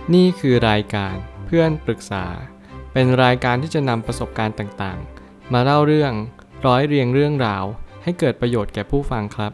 นี่คือรายการเพื่อนปรึกษาเป็นรายการที่จะนำประสบการณ์ต่างๆมาเล่าเรื่องร้อยเรียงเรื่องราวให้เกิดประโยชน์แก่ผู้ฟังครับ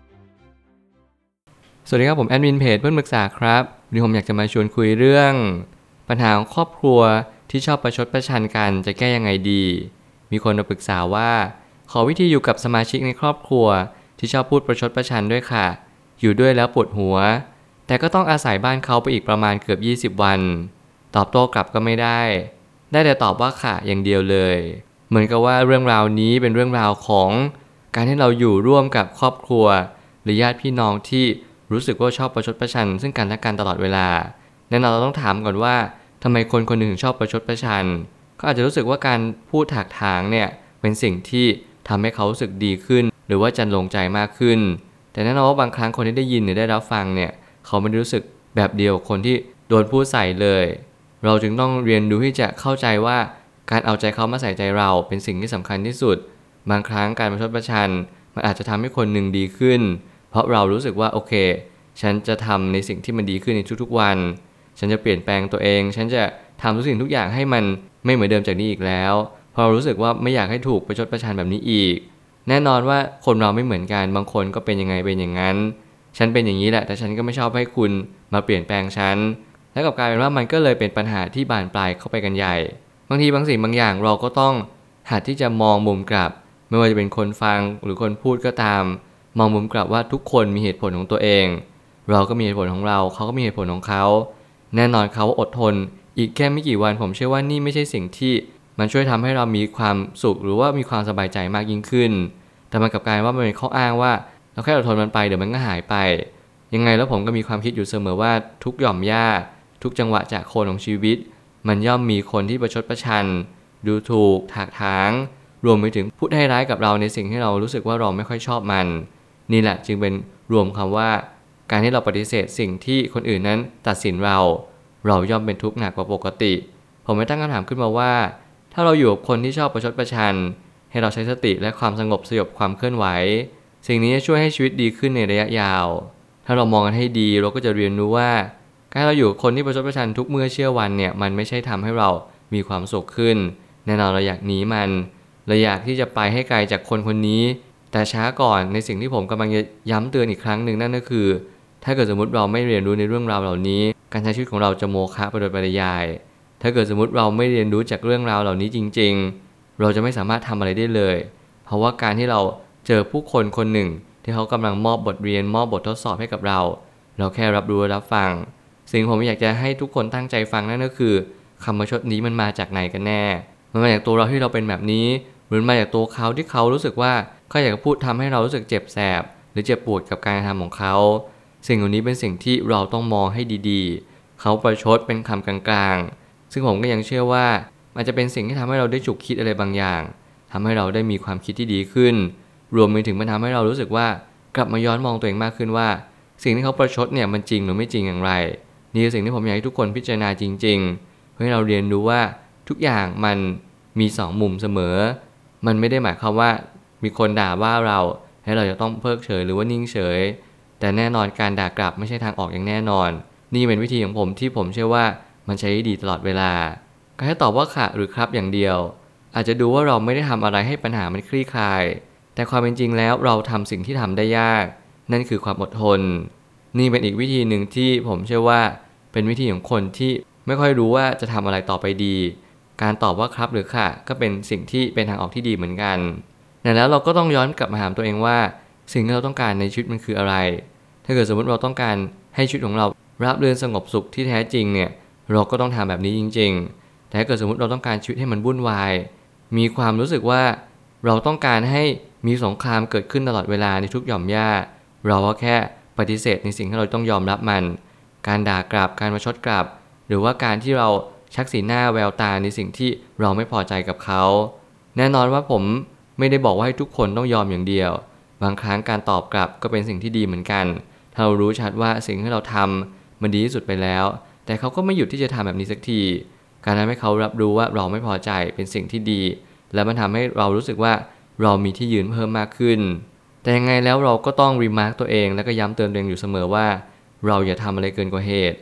สวัสดีครับผมแอดมินเพจเพื่อนปรึกษาครับวันนี้ผมอยากจะมาชวนคุยเรื่องปัญหาของครอบครัวที่ชอบประชดประชันกันจะแก้ยังไงดีมีคนมาปรึกษาว่าขอวิธีอยู่กับสมาชิกในครอบครัวที่ชอบพูดประชดประชันด้วยค่ะอยู่ด้วยแล้วปวดหัวแต่ก็ต้องอาศัยบ้านเขาไปอีกประมาณเกือบ20วันตอบโต้กลับก็ไม่ได้แต่ตอบว่าค่ะอย่างเดียวเลยเหมือนกับว่าเรื่องราวนี้เป็นเรื่องราวของการที่เราอยู่ร่วมกับครอบครัวหรือญาติพี่น้องที่รู้สึกว่าชอบประชดประชันซึ่งกันและกันตลอดเวลาแน่นอนเราต้องถามก่อนว่าทำไมคนคนหนึ่งถึงชอบประชดประชันเขาอาจจะรู้สึกว่าการพูดถากถางเนี่ยเป็นสิ่งที่ทำให้เขารู้สึกดีขึ้นหรือว่าจันลงใจมากขึ้นแต่แน่นอนว่าบางครั้งคนที่ได้ยินหรือได้รับฟังเนี่ยเขาไม่ได้รู้สึกแบบเดียวคนที่โดนพูดใส่เลยเราจึงต้องเรียนรู้ที่จะเข้าใจว่าการเอาใจเขามาใส่ใจเราเป็นสิ่งที่สำคัญที่สุดบางครั้งการประชดประชันมันอาจจะทำให้คนหนึ่งดีขึ้นเพราะเรารู้สึกว่าโอเคฉันจะทำในสิ่งที่มันดีขึ้นในทุกๆวันฉันจะเปลี่ยนแปลงตัวเองฉันจะทำทุกสิ่งทุกอย่างให้มันไม่เหมือนเดิมจากนี้อีกแล้วพอเรารู้สึกว่าไม่อยากให้ถูกประชดประชันแบบนี้อีกแน่นอนว่าคนเราไม่เหมือนกันบางคนก็เป็นยังไงเป็นอย่างนั้นฉันเป็นอย่างนี้แหละแต่ฉันก็ไม่ชอบให้คุณมาเปลี่ยนแปลงฉันและกับกลายเป็นว่ามันก็เลยเป็นปัญหาที่บานปลายเข้าไปกันใหญ่บางทีบางสิ่งบางอย่างเราก็ต้องหัดที่จะมองมุมกลับไม่ว่าจะเป็นคนฟังหรือคนพูดก็ตามมองมุมกลับว่าทุกคนมีเหตุผลของตัวเองเราก็มีเหตุผลของเราเขาก็มีเหตุผลของเขาแน่นอนเขาอดทนอีกแค่ไม่กี่วันผมเชื่อว่านี่ไม่ใช่สิ่งที่มันช่วยทำให้เรามีความสุขหรือว่ามีความสบายใจมากยิ่งขึ้นแต่มันกลับกลายว่ามันเป็นข้ออ้างว่าเราแค่อดทนมันไปเดี๋ยวมันก็หายไปยังไงแล้วผมก็มีความคิดอยู่เสมอว่าทุกหย่อมหญ้าทุกจังหวะจากโคนของชีวิตมันย่อมมีคนที่ประชดประชันดูถูกถากถางรวมไปถึงพูดให้ร้ายกับเราในสิ่งที่เรารู้สึกว่าเราไม่ค่อยชอบมันนี่แหละจึงเป็นรวมคำว่าการที่เราปฏิเสธสิ่งที่คนอื่นนั้นตัดสินเราย่อมเป็นทุกข์หนักกว่าปกติผมไม่ตั้งคำถามขึ้นมาว่าถ้าเราอยู่กับคนที่ชอบประชดประชันให้เราใช้สติและความสงบสยบความเคลื่อนไหวสิ่งนี้จะช่วยให้ชีวิตดีขึ้นในระยะยาวถ้าเรามองกันให้ดีเราก็จะเรียนรู้ว่าการเราอยู่กับคนที่ประชดประชันทุกเมื่อเชื่อวันเนี่ยมันไม่ใช่ทำให้เรามีความสุขขึ้นแน่นอนเราอยากหนีมันเราอยากที่จะไปให้ไกลจากคนคนนี้แต่ช้าก่อนในสิ่งที่ผมกำลังจะย้ำเตือนอีกครั้งหนึ่งนั่นก็คือถ้าเกิดสมมติเราไม่เรียนรู้ในเรื่องราวเหล่านี้การใช้ชีวิตของเราจะโมฆะไปโดยปริยายถ้าเกิดสมมติเราไม่เรียนรู้จากเรื่องราวเหล่านี้จริงๆเราจะไม่สามารถทำอะไรได้เลยเพราะว่าการที่เราเจอผู้คนคนหนึ่งที่เขากำลังมอบบทเรียนมอบบททดสอบให้กับเราแค่รับรู้รับฟังสิ่งผมอยากจะให้ทุกคนตั้งใจฟังนั่นก็คือคำประชดนี้มันมาจากไหนกันแน่มันมาจากตัวเราที่เราเป็นแบบนี้หรือมาจากตัวเขาที่เขารู้สึกว่าเขาอยากจะพูดทำให้เรารู้สึกเจ็บแสบหรือเจ็บปวดกับการกระทำของเขาสิ่งเหล่านี้เป็นสิ่งที่เราต้องมองให้ดีๆเขาประชดเป็นคำกลางๆซึ่งผมก็ยังเชื่อว่ามันจะเป็นสิ่งที่ทำให้เราได้ฉุกคิดอะไรบางอย่างทำให้เราได้มีความคิดที่ดีขึ้นรวมไปถึงมันทำให้เรารู้สึกว่ากลับมาย้อนมองตัวเองมากขึ้นว่าสิ่งที่เขาประชดเนี่ยมันจริงหรือไม่จริงอย่างไรนี่คือสิ่งที่ผมอยากให้ทุกคนพิจารณาจริงๆเพื่อให้เราเรียนรู้ว่าทุกอย่างมันมี2มุมเสมอมันไม่ได้หมายความว่ามีคนด่าว่าเราให้เราจะต้องเพิกเฉยหรือว่านิ่งเฉยแต่แน่นอนการด่ากลับไม่ใช่ทางออกอย่างแน่นอนนี่เป็นวิธีของผมที่ผมเชื่อว่ามันใช้ได้ดีตลอดเวลาการให้ตอบว่าค่ะหรือครับอย่างเดียวอาจจะดูว่าเราไม่ได้ทำอะไรให้ปัญหามันคลี่คลายแต่ความเป็นจริงแล้วเราทำสิ่งที่ทำได้ยากนั่นคือความอดทนนี่เป็นอีกวิธีหนึ่งที่ผมเชื่อว่าเป็นวิธีของคนที่ไม่ค่อยรู้ว่าจะทำอะไรต่อไปดีการตอบว่าครับหรือค่ะก็เป็นสิ่งที่เป็นทางออกที่ดีเหมือนกันแต่แล้วเราก็ต้องย้อนกลับมาถามตัวเองว่าสิ่งที่เราต้องการในชีวิตมันคืออะไรถ้าเกิดสมมติเราต้องการให้ชีวิตของเราราบรื่นสงบสุขที่แท้จริงเนี่ยเราก็ต้องทำแบบนี้จริงๆแต่ถ้าเกิดสมมติเราต้องการชีวิตให้มันวุ่นวายมีความรู้สึกว่าเราต้องการให้มีสงครามเกิดขึ้นตลอดเวลาในทุกหย่อมหญ้าเราก็แค่ปฏิเสธในสิ่งที่เราต้องยอมรับมันการด่ากลับการประชดกลับหรือว่าการที่เราชักสีหน้าแววตาในสิ่งที่เราไม่พอใจกับเขาแน่นอนว่าผมไม่ได้บอกว่าให้ทุกคนต้องยอมอย่างเดียวบางครั้งการตอบกลับก็เป็นสิ่งที่ดีเหมือนกันถ้าเรารู้ชัดว่าสิ่งที่เราทำมันดีที่สุดไปแล้วแต่เขาก็ไม่หยุดที่จะทำแบบนี้สักทีการทำให้เขารับรู้ว่าเราไม่พอใจเป็นสิ่งที่ดีและมันทำให้เรารู้สึกว่าเรามีที่ยืนเพิ่มมากขึ้นแต่ยังไงแล้วเราก็ต้องรีมาร์คตัวเองและก็ย้ำเตือนตัวเองอยู่เสมอว่าเราอย่าทำอะไรเกินกว่าเหตุถ้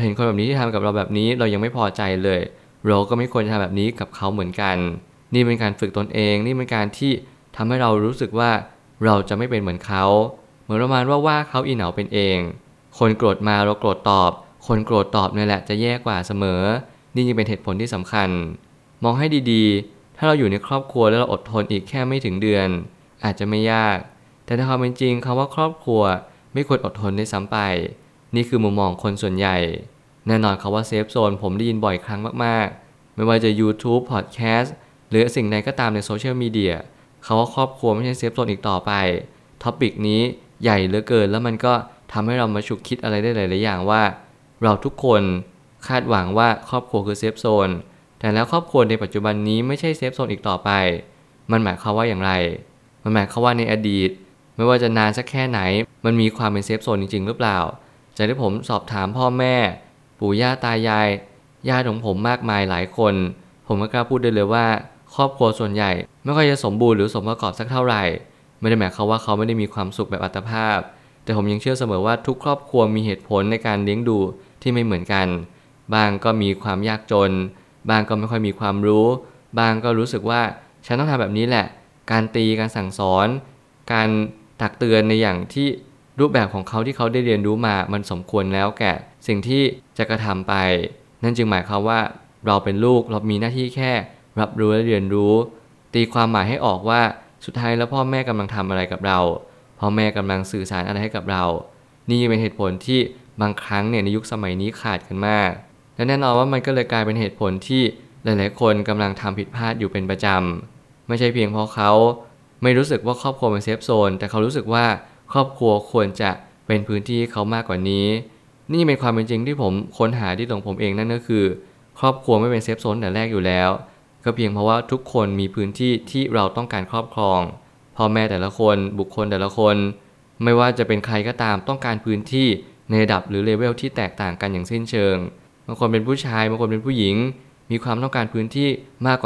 เห็นคนแบบนี้ที่ทำกับเราแบบนี้เรายังไม่พอใจเลยเราก็ไม่ควรจะทำแบบนี้กับเขาเหมือนกันนี่เป็นการฝึกตนเองนี่เป็นการที่ทำให้เรารู้สึกว่าเราจะไม่เป็นเหมือนเขาเหมือนประมาณว่าเขาอีเหนาเป็นเองคนโกรธมาเราโกรธตอบคนโกรธตอบนี่แหละจะแย่กว่าเสมอนี่ยังเป็นเหตุผลที่สำคัญมองให้ดีๆถ้าเราอยู่ในครอบครัวแล้วเราอดทนอีกแค่ไม่ถึงเดือนอาจจะไม่ยากแต่ในความเป็นจริงคำว่าครอบครัวไม่ควรอดทนได้ซ้ำไปนี่คือมุมมองคนส่วนใหญ่แน่นอนคำว่าเซฟโซนผมได้ยินบ่อยครั้งมากๆไม่ว่าจะ YouTube Podcast หรือสิ่งใดก็ตามในโซเชียลมีเดียเขาว่าครอบครัวไม่ใช่เซฟโซนอีกต่อไปท็อปิกนี้ใหญ่เหลือเกินแล้วมันก็ทำให้เรามาฉุกคิดอะไรได้หลายๆอย่างว่าเราทุกคนคาดหวังว่าครอบครัวคือเซฟโซนแต่แล้วครอบครัวในปัจจุบันนี้ไม่ใช่เซฟโซนอีกต่อไปมันหมายความว่าอย่างไรมันหมายความว่าในอดีตไม่ว่าจะนานสักแค่ไหนมันมีความเป็นเซฟโซนจริงๆหรือเปล่าจากที่ผมสอบถามพ่อแม่ปู่ย่าตายายญาติของผมมากมายหลายคนผมก็กล้าพูดได้เลยว่าครอบครัวส่วนใหญ่ไม่ค่อยจะสมบูรณ์หรือสมประกอบสักเท่าไหร่ไม่ได้หมายความว่าเขาไม่ได้มีความสุขแบบอัตภาพแต่ผมยังเชื่อเสมอว่าทุกครอบครัวมีเหตุผลในการเลี้ยงดูที่ไม่เหมือนกันบางก็มีความยากจนบางก็ไม่ค่อยมีความรู้บางก็รู้สึกว่าฉันต้องทำแบบนี้แหละการตีการสั่งสอนการตักเตือนในอย่างที่รูปแบบของเขาที่เขาได้เรียนรู้มามันสมควรแล้วแก่สิ่งที่จะกระทำไปนั่นจึงหมายความว่าเราเป็นลูกเรามีหน้าที่แค่รับรู้และเรียนรู้ตีความหมายให้ออกว่าสุดท้ายแล้วพ่อแม่กำลังทำอะไรกับเราพ่อแม่กำลังสื่อสารอะไรให้กับเรานี่เป็นเหตุผลที่บางครั้งเนี่ยในยุคสมัยนี้ขาดกันมากและแน่นอนว่ามันก็เลยกลายเป็นเหตุผลที่หลายๆคนกำลังทำผิดพลาดอยู่เป็นประจำไม่ใช่เพียงเพราะเขาไม่รู้สึกว่าครอบครัวเป็นเซฟโซนแต่เขารู้สึกว่าครอบครัวควรจะเป็นพื้นที่เขามากกว่านี้นี่เป็นความเป็นจริงที่ผมค้นหาที่ตรงผมเองนั่นก็คือครอบครัวไม่เป็นเซฟโซนแต่แรกอยู่แล้วก็เพียงเพราะว่าทุกคนมีพื้นที่ที่เราต้องการครอบครองพ่อแม่แต่ละคนบุคคลแต่ละคนไม่ว่าจะเป็นใครก็ตามต้องการพื้นที่ในระดับหรือเลเวลที่แตกต่างกันอย่างสิ้นเชิงบางคนเป็นผู้ชายบางคนเป็นผู้หญิงมีความต้องการพื้นที่มากกว่า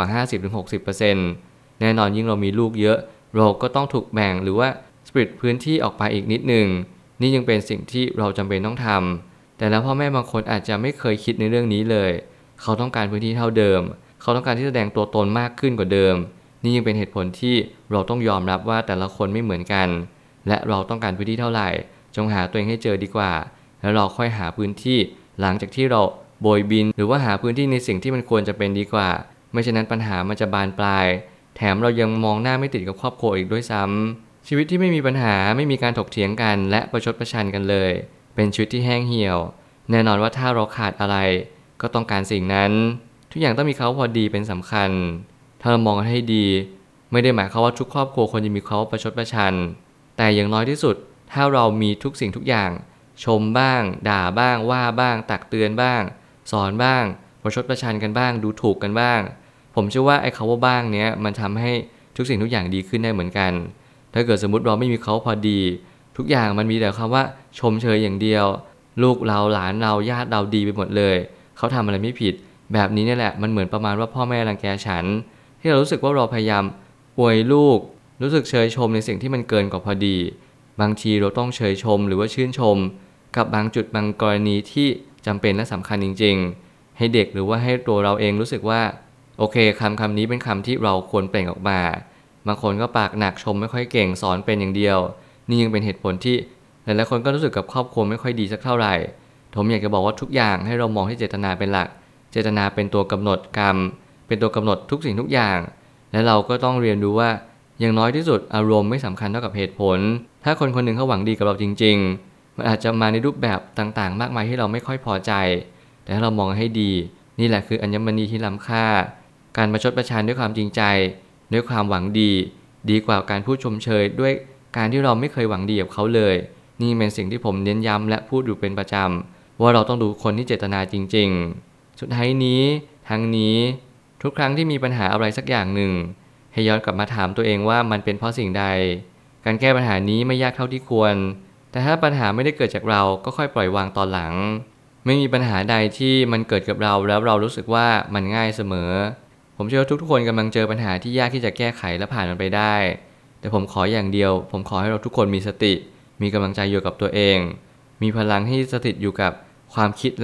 50-60% แน่นอนยิ่งเรามีลูกเยอะเราก็ต้องถูกแบ่งหรือว่าสปริตพื้นที่ออกไปอีกนิดหนึ่งนี่ยังเป็นสิ่งที่เราจำเป็นต้องทำแต่แล้วพ่อแม่บางคนอาจจะไม่เคยคิดในเรื่องนี้เลยเขาต้องการพื้นที่เท่าเดิมเขาต้องการที่จะแสดงตัวตนมากขึ้นกว่าเดิมนี่ยังเป็นเหตุผลที่เราต้องยอมรับว่าแต่ละคนไม่เหมือนกันและเราต้องการพื้นที่เท่าไหร่จงหาตัวเองให้เจอดีกว่าแล้วเราค่อยหาพื้นที่หลังจากที่เราโบยบินหรือว่าหาพื้นที่ในสิ่งที่มันควรจะเป็นดีกว่าไม่เช่นนั้นปัญหามันจะบานปลายแถมเรายังมองหน้าไม่ติดกับครอบครัวอีกด้วยซ้ำชีวิตที่ไม่มีปัญหาไม่มีการถกเถียงกันและประชดประชันกันเลยเป็นชีวิตที่แห้งเหี่ยวแน่นอนว่าถ้าเราขาดอะไรก็ต้องการสิ่งนั้นทุกอย่างต้องมีเขาพอดีเป็นสำคัญถ้าเรามองกันให้ดีไม่ได้หมายความว่าทุกครอบครัวควรจะมีเขาประชดประชันแต่อย่างน้อยที่สุดถ้าเรามีทุกสิ่งทุกอย่างชมบ้างด่าบ้างว่าบ้างตักเตือนบ้างสอนบ้างประชดประชันกันบ้างดูถูกกันบ้างผมเชื่อว่าไอ้คำว่าบ้างเนี้ยมันทำให้ทุกสิ่งทุกอย่างดีขึ้นได้เหมือนกันถ้าเกิดสมมติเราไม่มีเขาพอดีทุกอย่างมันมีแต่คำว่าชมเชยอย่างเดียวลูกเราหลานเราญาติเราดีไปหมดเลยเขาทำอะไรไม่ผิดแบบนี้นี่แหละมันเหมือนประมาณว่าพ่อแม่รังแกฉันที่เรารู้สึกว่าเราพยายามอวยลูกรู้สึกเชยชมในสิ่งที่มันเกินกว่าพอดีบางทีเราต้องเชยชมหรือว่าชื่นชมกับบางจุดบางกรณีที่จำเป็นและสำคัญจริงๆให้เด็กหรือว่าให้ตัวเราเองรู้สึกว่าโอเคคำนี้เป็นคำที่เราควรเปล่งออกมาบางคนก็ปากหนักชมไม่ค่อยเก่งสอนเป็นอย่างเดียวนี่ยังเป็นเหตุผลที่หลายๆคนก็รู้สึกกับครอบครัวไม่ค่อยดีสักเท่าไหร่ผมอยากจะบอกว่าทุกอย่างให้เรามองที่เจตนาเป็นหลักเจตนาเป็นตัวกำหนดกรรมเป็นตัวกำหนดทุกสิ่งทุกอย่างและเราก็ต้องเรียนรู้ว่าอย่างน้อยที่สุดอารมณ์ไม่สำคัญเท่ากับเหตุผลถ้าคนคนหนึ่งเขาหวังดีกับเราจริงๆมันอาจจะมาในรูปแบบต่างๆมากมายที่เราไม่ค่อยพอใจแต่ถ้าเรามองให้ดีนี่แหละคืออัญมณีที่ล้ำค่าการประชดประชันด้วยความจริงใจด้วยความหวังดีดีกว่าการพูดชมเชยด้วยการที่เราไม่เคยหวังดีกับเขาเลยนี่เป็นสิ่งที่ผมเน้นย้ำและพูดอยู่เป็นประจำว่าเราต้องดูคนที่เจตนาจริงๆสุดท้ายนี้ทั้งนี้ทุกครั้งที่มีปัญหาอะไรสักอย่างหนึ่งให้ย้อนกลับมาถามตัวเองว่ามันเป็นเพราะสิ่งใดการแก้ปัญหานี้ไม่ยากเท่าที่ควรแต่ถ้าปัญหาไม่ได้เกิดจากเราก็ค่อยปล่อยวางตอนหลังไม่มีปัญหาใดที่มันเกิดกับเราแล้วเรารู้สึกว่ามันง่ายเสมอผมเชื่อว่าทุกคนกำลังเจอปัญหาที่ยากที่จะแก้ไขและผ่านมันไปได้แต่ผมขออย่างเดียวผมขอให้เราทุกคนมีสติมีกำลังใจอยู่กับตัวเองมีพลังที่สถิตอยู่กับความคิดและ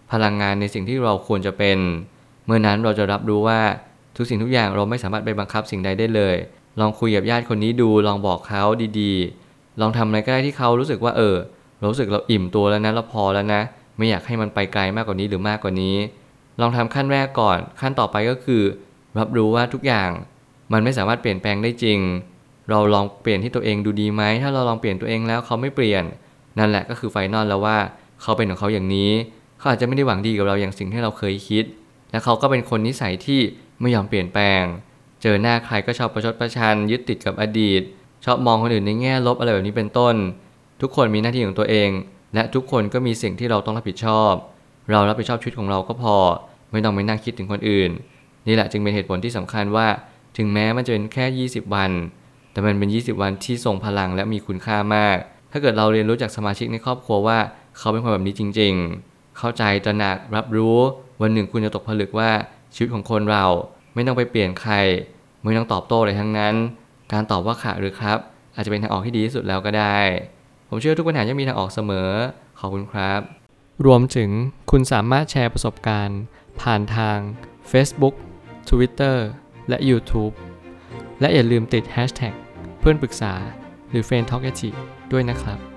พลังงานในสิ่งที่เราควรจะเป็นเมื่อนั้นเราจะรับรู้ว่าทุกสิ่งทุกอย่างเราไม่สามารถไปบังคับสิ่งใดได้เลยลองคุยกับญาติคนนี้ดูลองบอกเขาดีๆลองทำอะไรก็ได้ที่เขารู้สึกว่าเรารู้สึกเราอิ่มตัวแล้วนะเราพอแล้วนะไม่อยากให้มันไปไกลมากกว่านี้หรือมากกว่านี้ลองทำขั้นแรกก่อนขั้นต่อไปก็คือรับรู้ว่าทุกอย่างมันไม่สามารถเปลี่ยนแปลงได้จริงเราลองเปลี่ยนที่ตัวเองดูดีไหมถ้าเราลองเปลี่ยนตัวเองแล้วเขาไม่เปลี่ยนนั่นแหละก็คือไฟนอลแล้วว่าเขาเป็นของเขาอย่างนี้เขาอาจจะไม่ได้หวังดีกับเราอย่างสิ่งที่เราเคยคิดและเขาก็เป็นคนนิสัยที่ไม่ยอมเปลี่ยนแปลงเจอหน้าใครก็ชอบประชดประชันยึดติดกับอดีตชอบมองคนอื่นในแง่ลบอะไรแบบนี้เป็นต้นทุกคนมีหน้าที่ของตัวเองและทุกคนก็มีสิ่งที่เราต้องรับผิดชอบเรารับผิดชอบชีวิตของเราก็พอไม่ต้องไปนั่งคิดถึงคนอื่นนี่แหละจึงเป็นเหตุผลที่สำคัญว่าถึงแม้มันจะเป็นแค่20วันแต่มันเป็น20วันที่ทรงพลังและมีคุณค่ามากถ้าเกิดเราเรียนรู้จากสมาชิกในครอบครัวว่าเขาเป็นคนแบบนี้จริงๆเข้าใจตระหนักรับรู้วันหนึ่งคุณจะตกผลึกว่าชีวิตของคนเราไม่ต้องไปเปลี่ยนใครไม่ต้องตอบโต้อะไรทั้งนั้นการตอบว่าค่ะหรือครับอาจจะเป็นทางออกที่ดีที่สุดแล้วก็ได้ผมเชื่อทุกปัญหาจะมีทางออกเสมอขอบคุณครับรวมถึงคุณสามารถแชร์ประสบการณ์ผ่านทาง Facebook Twitter และ YouTube และอย่าลืมติด Hashtag เพื่อนปรึกษาหรือ Friend Talkative ด้วยนะครับ